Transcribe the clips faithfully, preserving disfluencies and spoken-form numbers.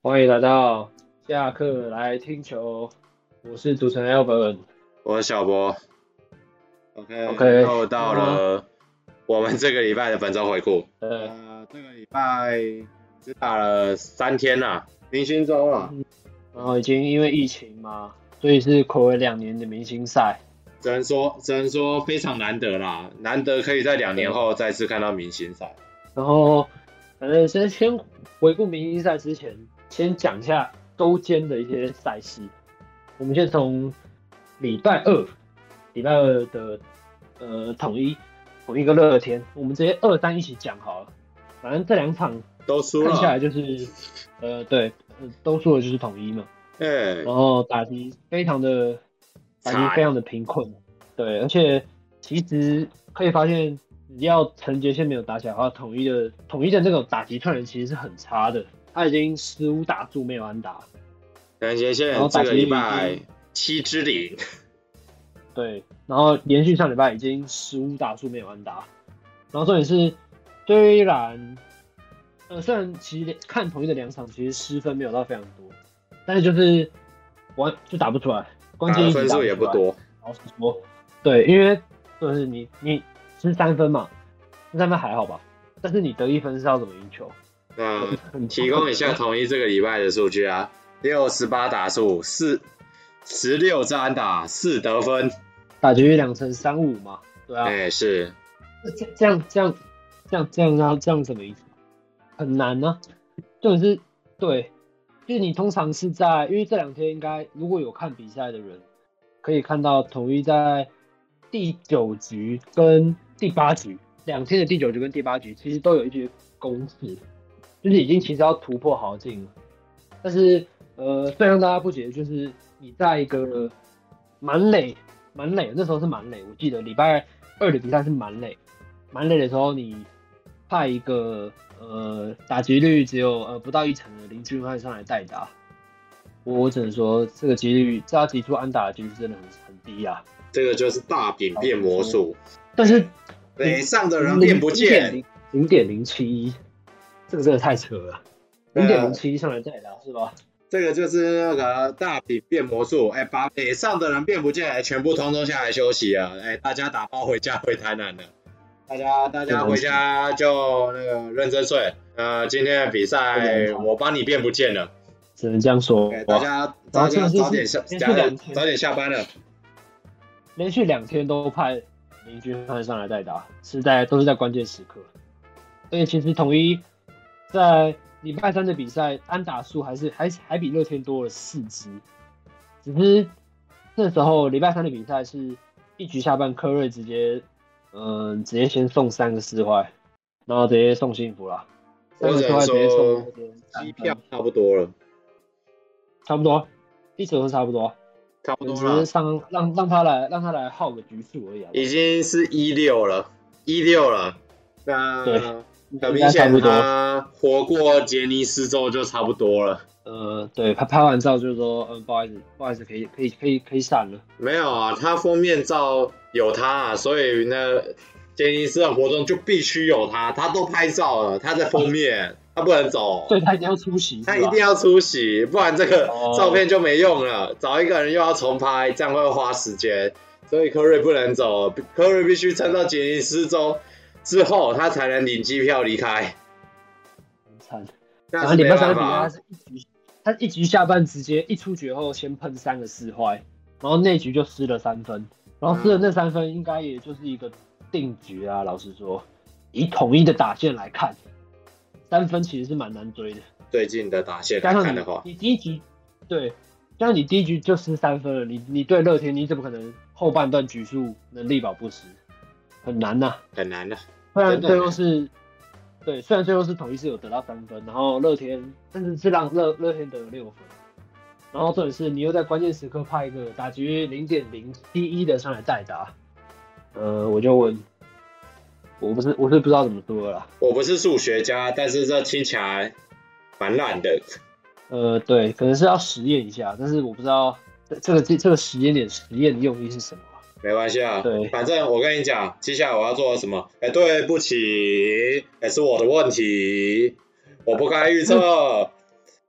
欢迎来到下课来听球，我是主持人 Albert。 我是小博。OK，, OK， 又到了我们这个礼拜的本周回顾。 呃， 呃，这个礼拜只打了三天啦，明星周啦。 嗯，然后已经因为疫情嘛，所以是暌违两年的明星赛。 只能说，只能说非常难得啦，难得可以在两年后再次看到明星赛。 然后，反正先先回顾明星赛之前，先讲一下周间的一些赛事。我们先从礼拜二，礼拜二的呃统一统一跟乐天，我们直接二三一起讲好了。反正这两场都输了， 看下来就是呃对，都输了就是统一嘛。 对。 然后打击非常的打击非常的贫困，对，而且其实可以发现，只要陈杰宪没有打起来的话，统一的统一的那种打击串联其实是很差的，他已经十五打数没有安打。 陈杰宪这个礼拜七支零， 对，然后连续上礼拜已经十五打数没有安打，然后重点是虽然呃虽然其实看统一的两场其实失分没有到非常多，但是就是完就打不出来，关键一分数也不多。 老实说，对，因为就是你你失三分嘛，失三分还好吧，但是你得一分是要怎么赢球？ 那提供一下统一这个礼拜的数据啊，六十八打数，四十六支安打，四得分， 打局两成三五嘛，对啊， 哎、欸、是， 这这样这样这样这样这样这样什么意思？很难呢、啊，就是对，就是你通常是在，因为这两天应该如果有看比赛的人，可以看到统一在第九局跟第八局两天的第九局跟第八局，其实都有一些攻势，就是已经其实要突破豪进了。但是呃，最让大家不解的就是你在一个满垒满垒那时候是满垒，我记得礼拜二的比赛是满垒，满垒的时候你派一个呃打击率只有呃不到一成的林俊汉上来代打。我我只能说，这个几率，这要击出安打的几率真的很很低啊。 这个就是大饼变魔术， 但是垒上的人变不见， 零点零七一，这个真的太扯了，零点零七一上来代打是吧？ 这个就是那个大饼变魔术，哎、欸，把垒上的人变不见，全部通通下来休息了，哎、欸，大家打包回家回台南了，大家大家回家就那个认真睡，呃，今天的比赛我帮你变不见了。 只能这样说， 欸、大家大家早点下，早点下班了。 连续两天都派林俊汉上来代打，是在都是在关键时刻。而且其实统一在礼拜三的比赛安打数还是还还比乐天多了四支，只是那时候礼拜三的比赛是一局下半，柯瑞直接嗯、呃、直接先送三个四坏，然后直接送幸福了，三个四坏直接送机票差不多了。 差不多，一直都差不多， 差不多了，只是上让让他来让他来耗个局数而已、啊。 已经是一六了，一六了，那很明显他活过杰尼斯之后就差不多了。 呃，对，他拍完照就说，嗯，不好意思，不好意思，可以可以可以可以闪了。 没有啊，他封面照有他、啊，所以那杰尼斯的活动就必须有他，他都拍照了，他在封面。他不能走， 所以他一定要出席， 他一定要出席，不然这个照片就没用了。哦、找一个人又要重拍，这样会花时间，所以柯瑞不能走，柯瑞必须撑到杰尼斯州之后，他才能领机票离开。 很惨。然后礼拜三的比赛，他是一局，他一局下半直接一出局后先喷三个四坏，然后那局就失了三分，然后失了那三分应该也就是一个定局啊。老实说，以统一的打线来看。三分其实是蛮难追的， 最近的打线来看的话， 你第一局对，加上你第一局就失三分了，你你对乐天你怎么可能后半段局数能力保不失？很难呐、啊， 很难的、啊。 虽然最后是，对，虽然最后是统一是有得到三分，然后乐天甚至是让乐乐天得了六分，然后重点是你又在关键时刻派一个打局零点零七一的上来代打，呃，我就问。我不是我是不知道怎么说啦。 我不是数学家，但是这听起来蛮烂的。 呃，对，可能是要实验一下，但是我不知道这个这这个实验点实验的用意是什么。 没关系啊， 对， 反正我跟你讲，接下来我要做什么？哎、欸，对不起，哎、欸，是我的问题，我不该预测。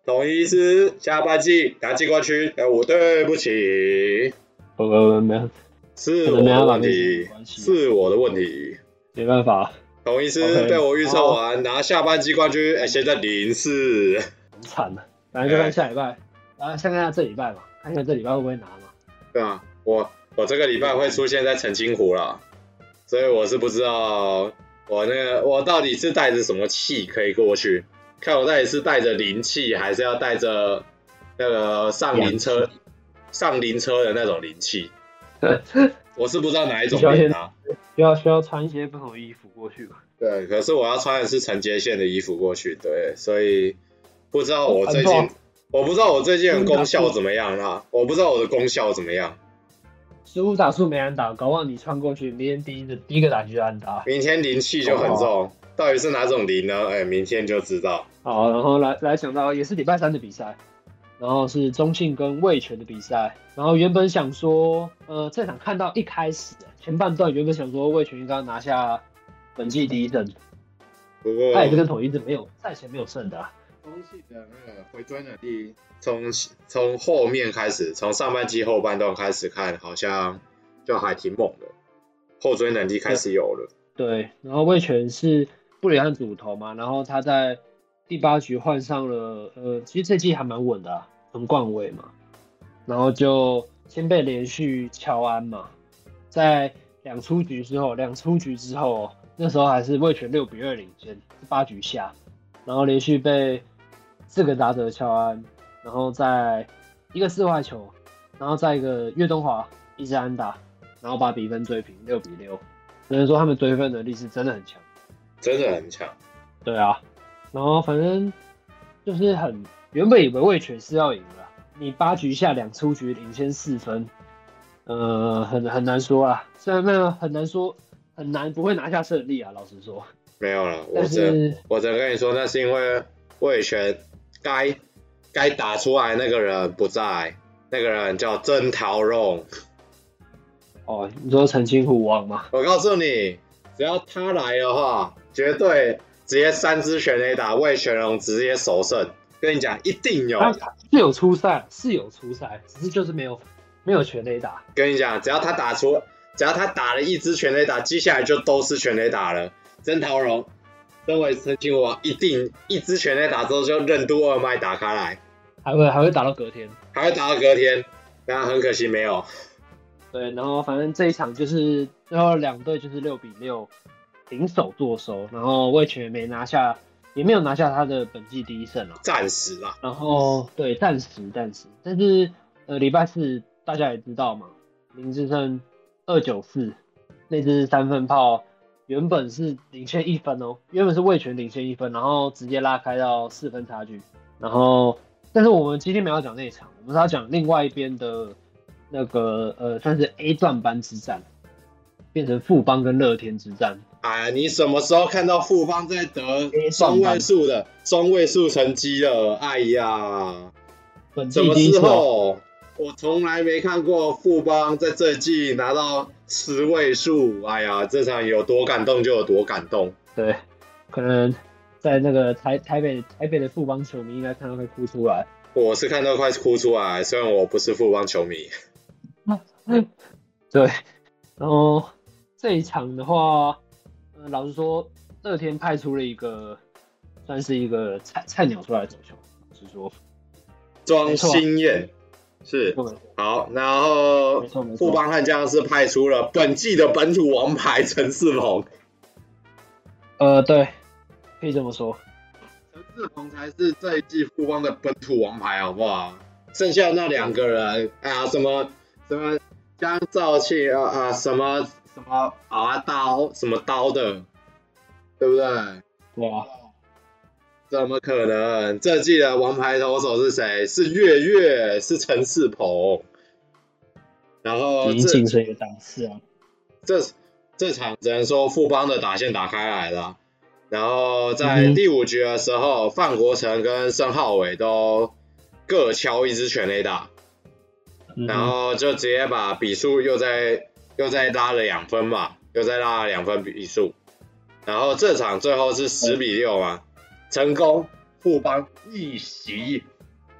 统一师下半季打季冠军，哎，我对不起， 呃，没有， 是我的问题，是我的问题， 没办法。 统一师被我预测完拿下半季冠军，哎，现在零四， 很惨了。反正就看下礼拜，啊，先看下这礼拜吧，看一下这礼拜会不会拿嘛。 对啊，我我这个礼拜会出现在澄清湖啦，所以我是不知道我那个我到底是带着什么气可以过去。看我到底是带着灵气，还是要带着那个上灵车、上灵车的那种灵气？我是不知道哪一种灵啊。 需要需要穿一些不同的衣服过去吧？ 对，可是我要穿的是承接线的衣服过去，对，所以不知道我最近，我不知道我最近的功效怎么样啦，我不知道我的功效怎么样。 十五打数没安打，搞不好你穿过去，明天第一个第一个打击就安打。 明天灵气就很重，到底是哪种灵呢？哎，明天就知道。 好，然后来来讲到也是礼拜三的比赛，然后是中信跟味全的比赛。然后原本想说，呃，这场看到一开始前半段原本想说味全应该拿下本季第一胜， 不过他也是跟统一是没有赛前没有胜的、啊。 中信的那个回追能力，从从后面开始，从上半季后半段开始看，好像就还挺猛的，后追能力开始有了。 对，然后味全是布里汉主投嘛，然后他在第八局换上了，呃，其实这季还蛮稳的、啊，横冠位嘛，然后就先被连续敲安嘛，在两出局之后，两出局之后，那时候还是味全六比二领先，八局下，然后连续被四个打者敲安，然后在一个四坏球，然后再一个岳东华一支安打，然后把比分追平六比六，只能说他们追分能力是真的很强， 真的很强。 对啊，然后反正就是很原本以为味全是要赢的啦，你八局下两出局领先四分，呃，很很难说啦，虽然没有很难说，很难不会拿下胜利啊，老实说。 没有了，我只我只能跟你说，那是因为味全该该打出来那个人不在，那个人叫曾陶荣。 哦，你说澄清湖王吗？ 我告诉你，只要他来的话，绝对直接三支全垒打，味全龙直接首胜。跟你讲，一定有。 他是有出赛，是有出赛，只是就是没有没有全垒打。 跟你讲，只要他打出，只要他打了一支全垒打，接下来就都是全垒打了。曾陶荣身为澄清湖王，一定一支全垒打之后就任督二脉打开来， 还会还会打到隔天， 还会打到隔天，但很可惜没有。 对，然后反正这一场就是最后两队就是六比六平手作收，然后味全也没拿下，也没有拿下他的本季第一胜啊， 暂时啦。 然后对，暂时暂时，但是呃礼拜四大家也知道嘛，林智胜二九四那支三分炮原本是领先一分哦，原本是味全领先一分，然后直接拉开到四分差距，然后但是我们今天没有讲那一场，我们是要讲另外一边的。那个呃，算是 A 段班之战，变成富邦跟乐天之战。 哎呀，你什么时候看到富邦在得双位数的双位数成绩了？哎呀，什么时候？我从来没看过富邦在这季拿到十位数。哎呀，这场有多感动就有多感动。 对，可能在那个台台北台北的富邦球迷应该看到会哭出来。 我是看到快哭出来，虽然我不是富邦球迷。 对，然后这一场的话，呃、老实说，乐天派出了一个算是一个菜菜鸟出来走球，老实说， 庄心燕是好，然后富邦悍将是派出了本季的本土王牌陈世鹏。 呃，对，可以这么说， 陈世鹏才是这一季富邦的本土王牌，好不好？剩下那两个人，哎呀，什么？什么江兆庆啊啊什么什么啊刀什么刀的，对不对？ 哇， 怎么可能？这季的王牌投手是谁？是月月，是陈世鹏。然后已经晋升一个档次啊。 这这场只能说富邦的打线打开来了。然后在第五局的时候，嗯、范国成跟申浩伟都各敲一支全垒打。然后就直接把比数又再又再拉了两分嘛，又再拉了两分比数，然后这场最后是十比六嘛，成功富邦逆袭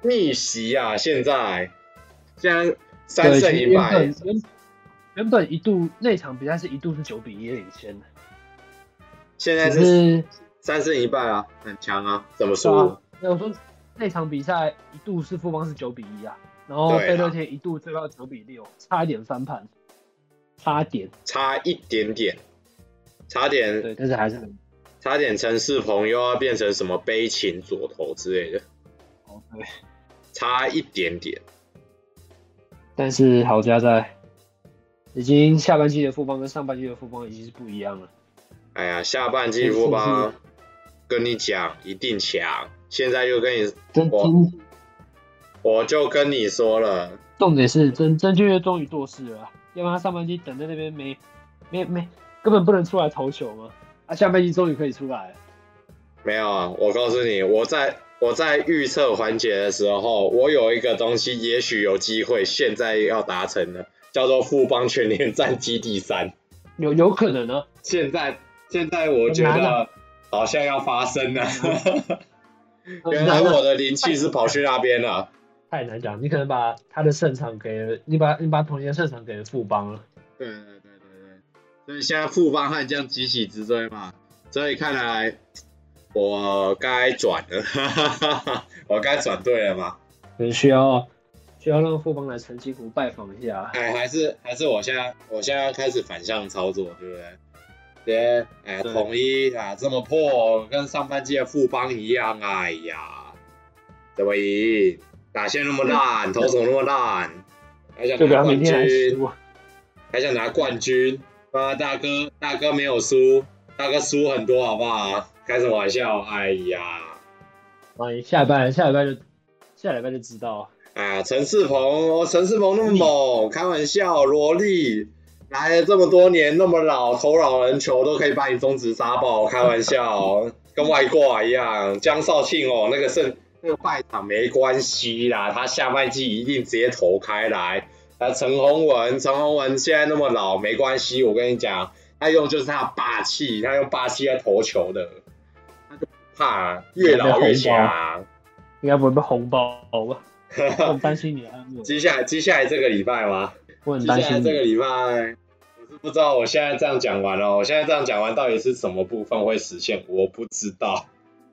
逆袭啊！现在现在三胜一败。 原本原本一度那场比赛是一度是九比一领先的， 现在是三胜一败啊，很强啊！怎么说？ 那、啊、我说那场比赛一度是富邦是九比一啊，然后贝乐天一度追到九比六，差一点翻盘，差点， 差一点点，差点， 对，但是还是很， 差点陈世鹏又要变成什么悲情左投之类的， 哦，对， 差一点点， 但是好家在。已经下半季的富邦跟上半季的富邦已经是不一样了。 哎呀，下半季富邦跟你讲一定强，现在就跟你我我就跟你说了， 重点是曾曾俊岳终于做事了、啊，要不然他上半季等在那边没没没根本不能出来投球嘛，啊下半季终于可以出来了。 没有啊，我告诉你，我在我在预测环节的时候，我有一个东西也许有机会，现在要达成了。叫做富邦全联战绩第三， 有有可能呢。 现在现在我觉得好像要发生了，原来我的灵气是跑去那边了。 太难讲，你可能把他的胜场给了，你把你把统一的胜场给了富邦了。 对对对对对，所以现在富邦悍将急起直追嘛，所以看来我该转了，我该转对了嘛。 很需要。需要让富邦来澄清湖拜访一下。 哎，还是还是我现在我现在要开始反向操作，对不对？直接哎统一啊这么破，跟上半季的富邦一样，哎呀，怎么赢？打线那么烂，投手那么烂，还想拿冠军，还想拿冠军，啊大哥大哥没有输，大哥输很多好不好？开什么玩笑？哎呀， 哎，下礼拜下礼拜就下礼拜就知道。 啊，陈世鹏，陈世鹏那么猛，开玩笑，萝莉来了这么多年，那么老，投老人球都可以把你中职杀爆，开玩笑，跟外挂一样。江少庆哦，那个胜那个败场没关系啦，他下半季一定直接投开来。啊，陈宏文，陈宏文现在那么老，没关系，我跟你讲，他用就是他的霸气，他用霸气在投球的，他就不怕，越老越强。 应该不会被红包吧？我很担心你啊！ 接下来接下来这个礼拜吗？ 我很担心。 接下来这个礼拜，我是不知道。我现在这样讲完了，我现在这样讲完，到底是什么部分会实现？我不知道。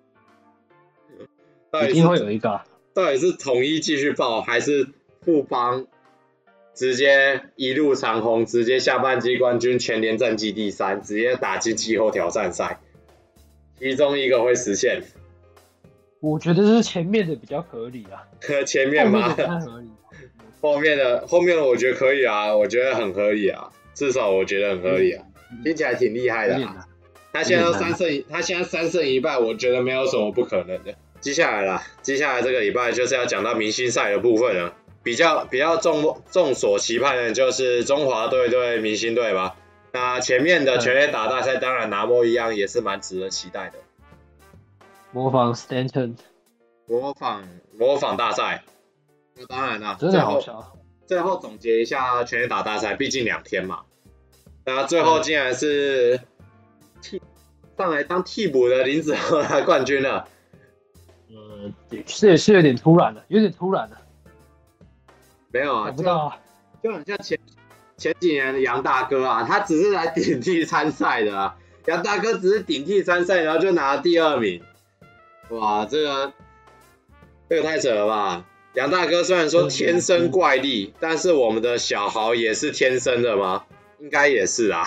一定会有一个、啊。 到底是统一继续爆，还是富邦直接一路长虹，直接下半季冠军，全联战绩第三，直接打进季后挑战赛？其中一个会实现。 我觉得是前面的比较合理啊。 前面吗？ 后面的不太合理。 后面的后面的我觉得可以啊，我觉得很合理啊，至少我觉得很合理啊，嗯、听起来挺厉害的、啊。他现在都三胜，他现在三胜一败，我觉得没有什么不可能的。接下来啦，接下来这个礼拜就是要讲到明星赛的部分了，比较比较众众所期盼的就是中华队对明星队吧。那前面的全垒打大赛当然拿模一样，也是蛮值得期待的。 模仿 Stanton， 模仿模仿大赛，那当然啦， 真的好笑。 最后总结一下全垒打大赛，毕竟两天嘛，那最后竟然是替上来当替补的林子豪拿冠军了。 呃，是是有点突然了，有点突然了。 没有啊， 我不知道啊， 就很像前前几年的杨大哥啊，他只是来顶替参赛的啊，杨大哥只是顶替参赛，然后就拿了第二名。哇，这个这个太扯了吧！杨大哥虽然说天生怪力，但是我们的小豪也是天生的吗？应该也是啊。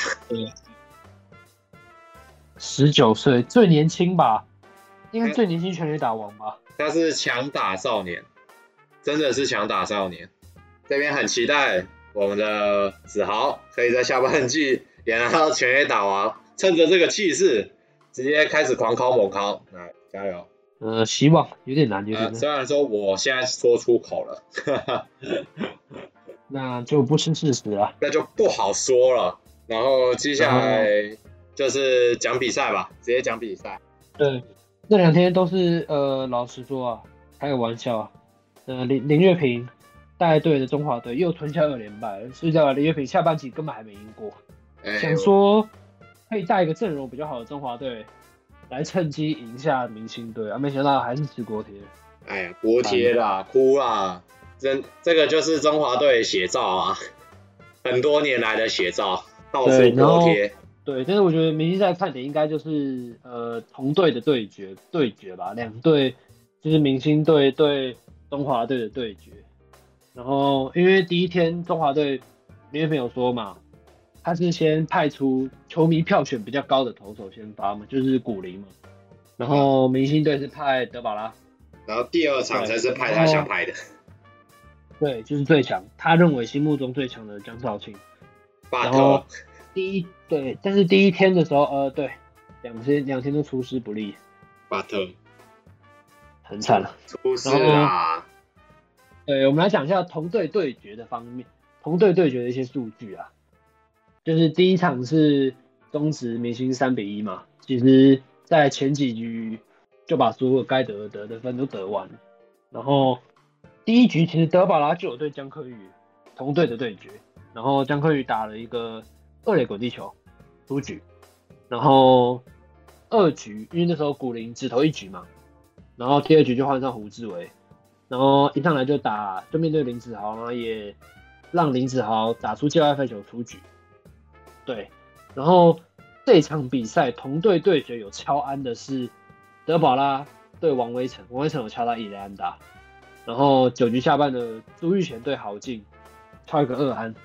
十九岁最年轻吧，应该最年轻全垒打王吧。 他是强打少年，真的是强打少年。这边很期待我们的子豪可以在下半季也拿到全垒打王，趁着这个气势，直接开始狂敲猛敲，来加油！ 呃，希望有点难，有点难。 呃、虽然说我现在说出口了， 那就不是事实了， 那就不好说了。然后接下来就是讲比赛吧，直接讲比赛。 对，那两天都是呃，老实说啊，开个玩笑啊。呃，林林岳平带队的中华队又吞下二连败了，所以叫林岳平下半季根本还没赢过，欸、想说可以带一个阵容比较好的中华队来趁机赢下明星队啊，没想到还是吃锅贴。 哎呀，锅贴啦，哭啦，真这个就是中华队写照啊，很多年来的写照，到处锅贴。 对，但是我觉得明星赛看点应该就是呃同队的对决对决吧，两队就是明星队对中华队的对决。然后因为第一天中华队林岳平有说嘛，他是先派出球迷票选比较高的投手先发嘛，就是古林嘛。然后明星队是派德保拉， 然后第二场才是派他想派的。 对，就是最强，他认为心目中最强的江少庆。 然后第一对，但是第一天的时候，呃，对，两天两天都出师不利， 巴特很惨了， 出事啦。 对，我们来讲一下同队对决的方面，同队对决的一些数据啊，就是第一场是中职明星三比一嘛，其实在前几局就把所有该得得的分都得完了，然后第一局其实德保拉就有对江科宇同队的对决，然后江科宇打了一个二垒滚地球出局，然后二局因为那时候古林只投一局嘛，然后第二局就换上胡志伟，然后一上来就打就面对林子豪，然后也让林子豪打出界外飞球出局，对，然后这场比赛同队对决有敲安的是德保拉对王威成，王威成有敲到一垒安打，然后九局下半的朱玉贤对豪进敲一个二安。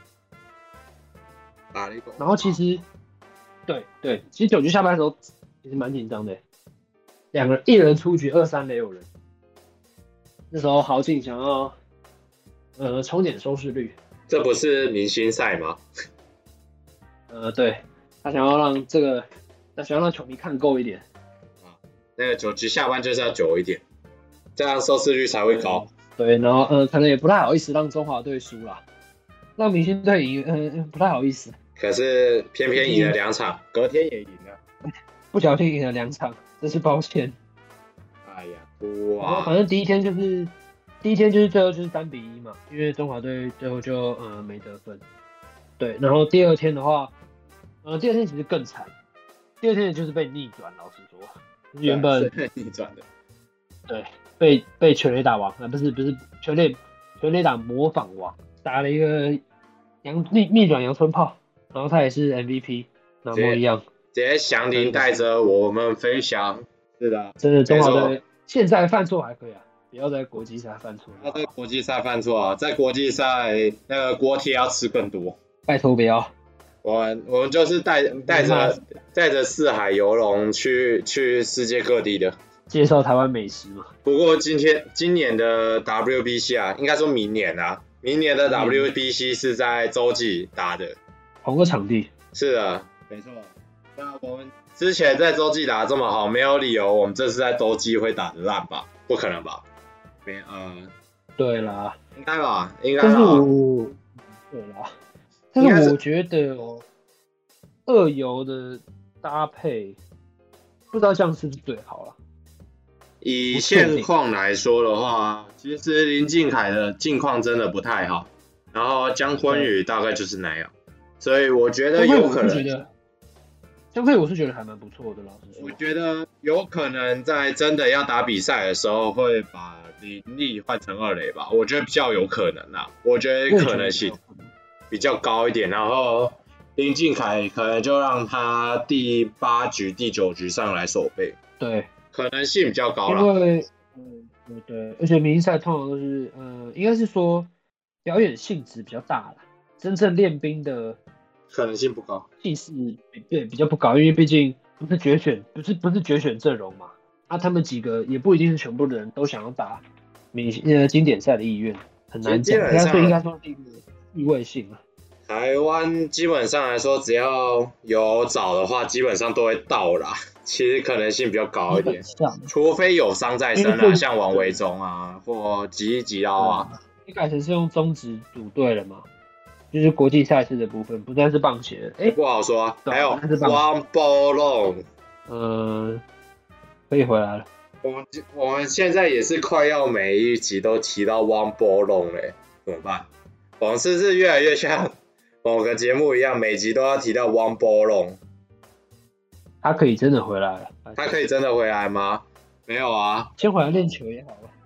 然后其实，对对，其实九局下半的时候其实蛮紧张的，两个人一人出局，二三垒有人。那时候豪进想要呃冲点收视率， 这不是明星赛吗？ 呃，对，他想要让这个，他想要让球迷看够一点。 啊，那个九局下半就是要久一点，这样收视率才会高。 对，然后呃可能也不太好意思让中华队输啦。让明星队赢，嗯、呃，不太好意思。 可是偏偏赢了两场，隔天也赢了， 不小心赢了两场，真是抱歉。 哎呀，哇！ 反正第一天就是第一天就是最后就是三比一嘛，因为中华队最后就呃没得分。对，然后第二天的话，呃，第二天其实更惨，第二天就是被逆转，老实说，就是原本逆转的， 对，被被全垒打王啊，不是不是全垒全垒打模仿王打了一个。阳逆逆转阳春炮，然后他也是 M V P， 那模一样。 直接祥林带着我们飞翔，是的， 真的中华队现在犯错还可以啊，不要在国际赛犯错。 他在国际赛犯错啊，在国际赛那个锅贴要吃更多， 拜托不要。 我们我们就是带带着带着四海游龙去去世界各地的， 介绍台湾美食嘛。 不过今天今年的 W B C 啊，应该说明年啊。明年的 W B C 是在洲际打的， 同个场地。 是的，没错。那我们之前在洲际打得这么好，没有理由我们这次在洲际会打得烂吧？不可能吧？没呃， 对啦， 应该吧，应该吧。 但是我，对啦，但是我觉得哦，二游的搭配，不知道这样是不是最好了。 以现况来说的话，其实林靖凯的近况真的不太好，然后江坤宇大概就是那样，所以我觉得有可能。 江坤宇我是觉得还蛮不错的，老实说。 我觉得有可能在真的要打比赛的时候，会把林立换成二垒吧，我觉得比较有可能啦，我觉得可能性比较高一点，然后林靖凯可能就让他第八局、第九局上来守备。 对。 可能性比较高啦， 因为，嗯，对，而且明星赛通常都是，呃，应该是说表演性质比较大啦，真正练兵的可能性不高， 气势对比较不高，因为毕竟不是决选，不是不是决选阵容嘛，啊，他们几个也不一定是全部的人都想要打明呃经典赛的意愿，很难讲，所以应该说是一个意外性啊。 台湾基本上来说，只要有找的话，基本上都会到啦。其实可能性比较高一点，除非有伤在身啊，像王维忠啊，或吉吉捞啊。 你改成是用中职组队了吗？就是国际赛事的部分，不再是棒协。哎、欸， 不好说、啊。还有王波龙， 呃，可以回来了。 我们我们现在也是快要每一集都提到王波龙嘞，怎么办？我们是不是越来越像某个节目一样，每集都要提到王波龙？ 他可以真的回来了？ 他可以真的回来吗？没有啊， 先回来练球也好了。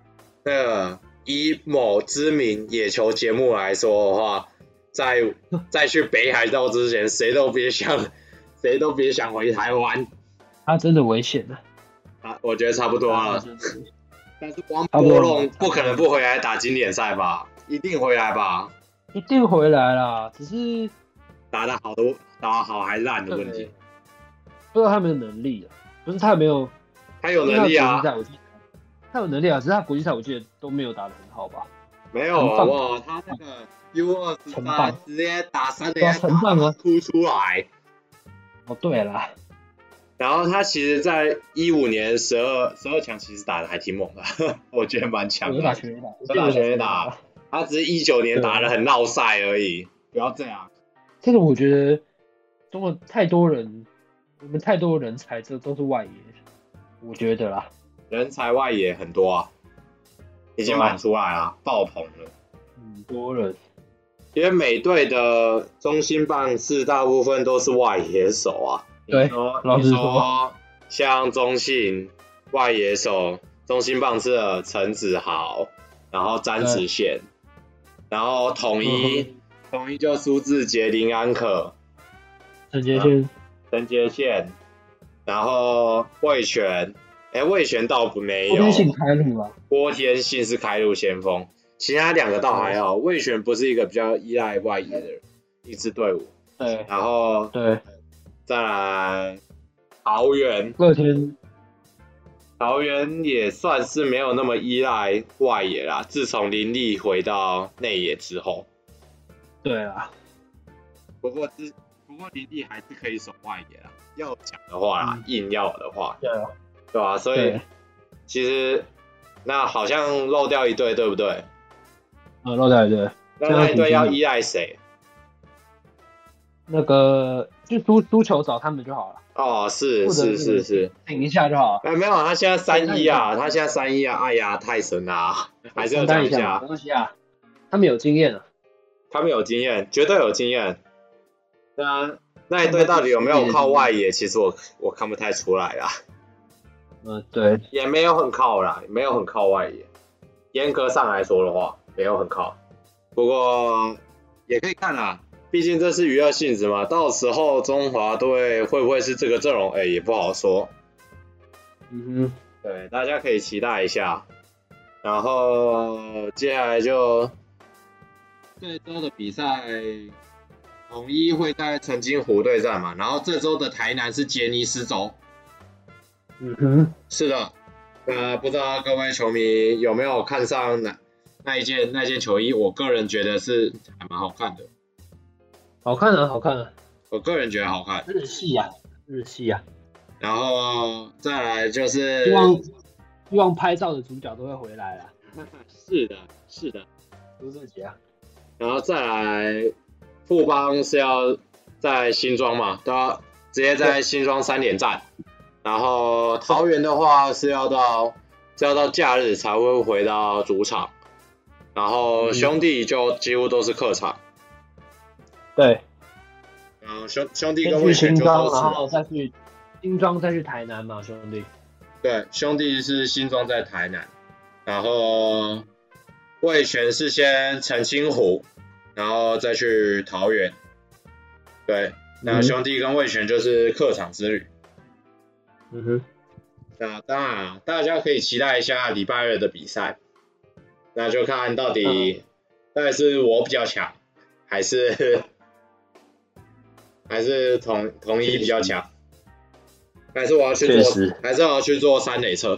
那个以某知名野球节目来说的话，在在去北海道之前，谁都别想，谁都别想回台湾。 他真的危险的。 啊，我觉得差不多了。但是王差不多波龙不可能不回来打经典赛吧？一定回来吧？ 一定回来啦，只是打得好的打得好还烂的问题。 不知道他没有能力啊，不是他没有， 他有能力啊。 他有能力啊，只是他国际赛我记得都没有打得很好吧？ 没有好不好？他那个 U 二十三直接打三连打突出来。 哦，对啦。 然后他其实，在一五年十二十二强其实打的还挺猛的，我觉得蛮强的。 有打全垒打， 有打全垒打。他只是一九年打的很闹赛而已，不要这样。 这个我觉得中国太多人，我们太多人才，这都是外野，我觉得啦。 人才外野很多啊，已经满出来了，爆棚了。 很多人。 因为美队的中心棒次大部分都是外野手啊。 对， 老实说，像中信外野手，中心棒次的陈子豪，然后詹子贤，然后统一、嗯、统一就苏志杰、林安可、 陈杰宪、 陈杰宪，然后魏权，哎，魏权倒不没有， 郭天信开路啊， 郭天信是开路先锋，其他两个倒还好，魏权不是一个比较依赖外野的人，一支队伍， 对， 然后对。 再来桃园， 乐天， 桃园也算是没有那么依赖外野啦。自从林立回到内野之后， 对啊。 不过之不过林立还是可以守外野啦，要讲的话啦，嗯、硬要的话， 对啊， 对吧、啊？所以其实那好像漏掉一队，对不对？ 嗯，漏掉一队。 那那一队要依赖谁？ 那个就输输球找他们就好了。 哦，是是是是， 顶一下就好了。 哎，没有，他现在三一啊，他现在三一啊，哎呀，太神啦、啊，还是要讲一下。 没关系啊，他们有经验啊， 他们有经验，绝对有经验。那那一队到底有没有靠外野？其实我我看不太出来啦。 嗯，对， 也没有很靠啦，没有很靠外野。严格上来说的话，没有很靠。不过也可以看啦。毕竟这是娱乐性质嘛，到时候中华队会不会是这个阵容？哎、欸，也不好说。 嗯哼， 对，大家可以期待一下。然后接下来就这周的比赛，统一会在澄清湖对战嘛，然后这周的台南是杰尼斯州。 嗯哼， 是的。呃，不知道各位球迷有没有看上那那一件那件球衣？我个人觉得是还蛮好看的。 好看啊，好看啊！ 我个人觉得好看。 日系啊，日系啊。 然后再来就是， 希望希望拍照的主角都会回来啦。 是的，是的， 朱志杰啊。 然后再来，富邦是要在新庄嘛，都要直接在新庄三连战。然后桃园的话是要到是要到假日才会回到主场。然后兄弟就几乎都是客场。 对， 然后兄兄弟跟味全就都是， 然后再去新庄，再去台南嘛，兄弟。 对，兄弟是新庄在台南，然后味全是先澄清湖，然后再去桃园。对，那兄弟跟味全就是客场之旅。 嗯哼。 那当然，大家可以期待一下礼拜二的比赛，那就看到底、嗯、到底是我比较强，还是。还是统统一比较强，还是我要去做，还是我要去做三垒侧？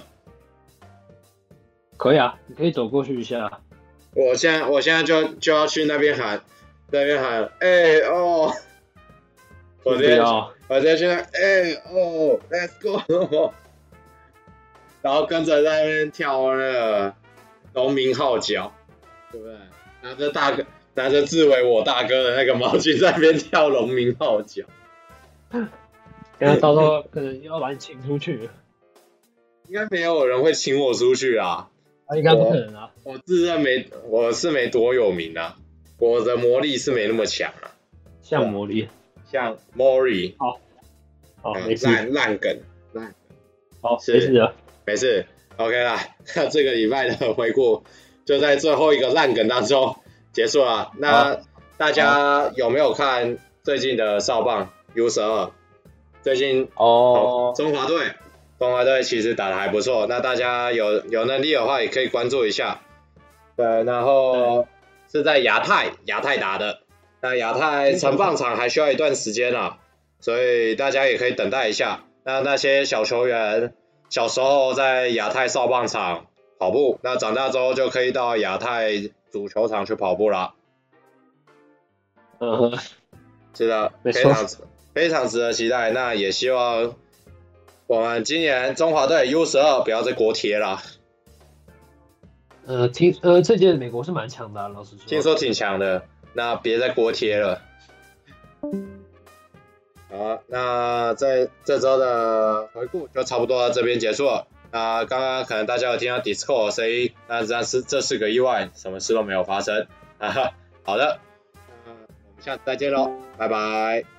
可以啊，你可以走过去一下。 我现在我现在就就要去那边喊，那边喊，哎、欸、哦，我直接我直接去那，哎、欸、哦 ，Let's go， 然后跟着在那边跳那个农民号角，对不对？拿着大哥。拿着自为我大哥的那个毛巾在那边跳农民号角， 然后到时候可能要把你请出去。 应该没有人会请我出去啊， 啊应该不可能啊。 我, 我自认没，我是没多有名啊，我的魔力是没那么强啊。 像魔力， 像 Mori。 好，好，没事。 烂烂梗，烂。 好，没事的， 没事。 OK 啦，那这个礼拜的回顾就在最后一个烂梗当中结束了。那大家有没有看最近的少棒 U 十二？最近哦， 中华队，中华队其实打得还不错。那大家有有能力的话，也可以关注一下。对，然后是在亚太亚太打的。那亚太成棒场还需要一段时间啊，所以大家也可以等待一下。那那些小球员小时候在亚太少棒场跑步，那长大之后就可以到亚太足球场去跑步啦。 嗯哼， 是的，非常非常值得期待。那也希望我们今年中华队 U 十二不要再国铁了。 呃，听呃这届美国是蛮强的、啊，老实说。 听说挺强的，那别再国铁了。好，那在这周的回顾就差不多到这边结束了。那刚刚可能大家有听到 Discord 的声音，那这是这是个意外，什么事都没有发生。哈哈，好的，那我们下次再见喽，拜拜。